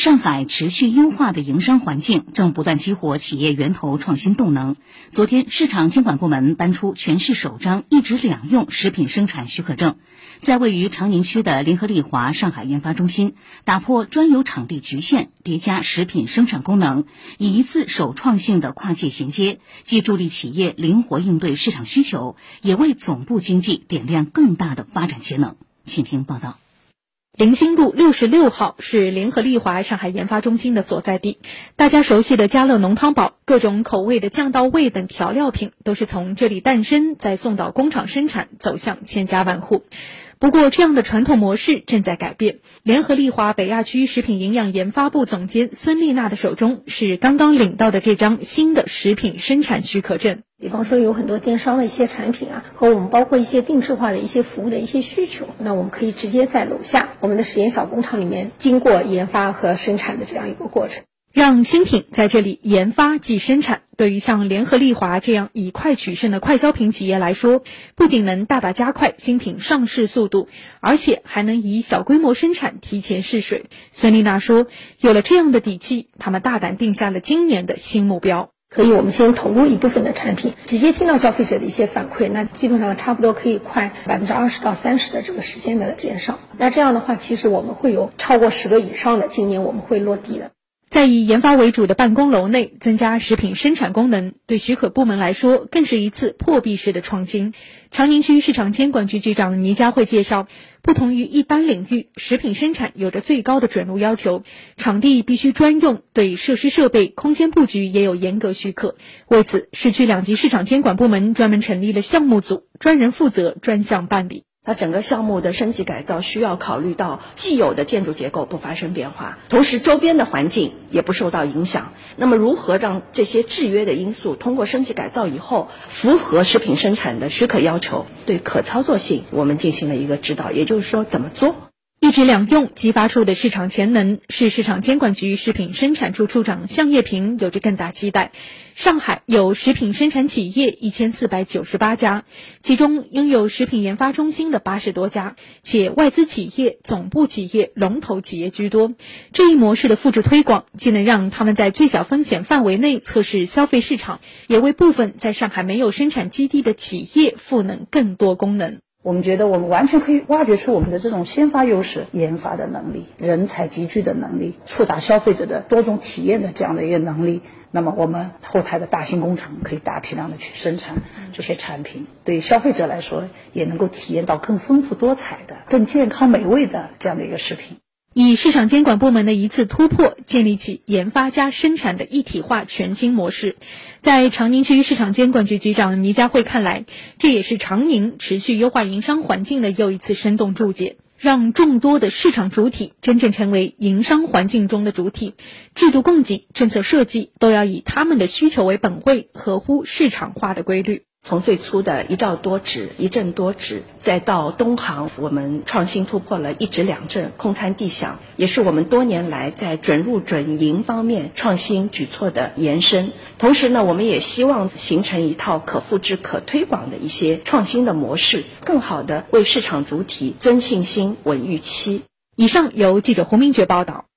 上海持续优化的营商环境正不断激活企业源头创新动能。昨天，市场监管部门颁出全市首张一纸两用食品生产许可证，在位于长宁区的联合利华上海研发中心，打破专有场地局限，叠加食品生产功能，以一次首创性的跨界衔接，既助力企业灵活应对市场需求，也为总部经济点亮更大的发展潜能。请听报道。 林兴路66号是联合利华上海研发中心的所在地，大家熟悉的家乐浓汤宝、各种口味的酱到位等调料品都是从这里诞生，再送到工厂生产，走向千家万户。不过，这样的传统模式正在改变。联合利华北亚区食品营养研发部总监孙丽娜的手中是刚刚领到的这张新的食品生产许可证。 比方说有很多电商的一些产品和我们包括一些定制化的一些服务的一些需求，那我们可以直接在楼下我们的实验小工厂里面经过研发和生产的这样一个过程。 让新品在这里研发即生产，对于像联合利华这样以快取胜的快消品企业来说，不仅能大大加快新品上市速度，而且还能以小规模生产提前试水。孙丽娜说，有了这样的底气，他们大胆定下了今年的新目标。 可以我们先投入一部分的产品，直接听到消费者的一些反馈，那基本上差不多可以快20%到30%的这个时间的减少。那这样的话，其实我们会有超过10个以上的今年我们会落地的。 在以研发为主的办公楼内增加食品生产功能，对许可部门来说更是一次破壁式的创新。长宁区市场监管局局长倪佳慧介绍，不同于一般领域，食品生产有着最高的准入要求，场地必须专用，对设施设备、空间布局也有严格许可。为此，市区2级市场监管部门专门成立了项目组，专人负责专项办理。 它整个项目的升级改造需要考虑到既有的建筑结构不发生变化，同时周边的环境也不受到影响。那么如何让这些制约的因素通过升级改造以后符合食品生产的许可要求，对可操作性我们进行了一个指导，也就是说怎么做。 一纸两用激发出的市场潜能，是市场监管局食品生产处处长向业平有着更大期待。上海有食品生产企业1498家，其中拥有食品研发中心的80多家，且外资企业、总部企业、龙头企业居多。这一模式的复制推广，既能让他们在最小风险范围内测试消费市场，也为部分在上海没有生产基地的企业赋能更多功能。 我们觉得我们完全可以挖掘出我们的这种先发优势，研发的能力、人才集聚的能力、触达消费者的多种体验的这样的一个能力。那么我们后台的大型工厂可以大批量的去生产这些产品，对消费者来说也能够体验到更丰富多彩的、更健康美味的这样的一个食品。 以市场监管部门的一次突破，建立起研发加生产的一体化全新模式。在长宁区市场监管局局长倪佳慧看来，这也是长宁持续优化营商环境的又一次生动注解，让众多的市场主体真正成为营商环境中的主体，制度供给、政策设计都要以他们的需求为本位，合乎市场化的规律。 从最初的一照多指、一证多指，再到东航，我们创新突破了一指两证、空餐地享，也是我们多年来在准入准营方面创新举措的延伸。同时呢，我们也希望形成一套可复制、可推广的一些创新的模式，更好地为市场主体增信心、稳预期。 以上由记者胡明珏报道。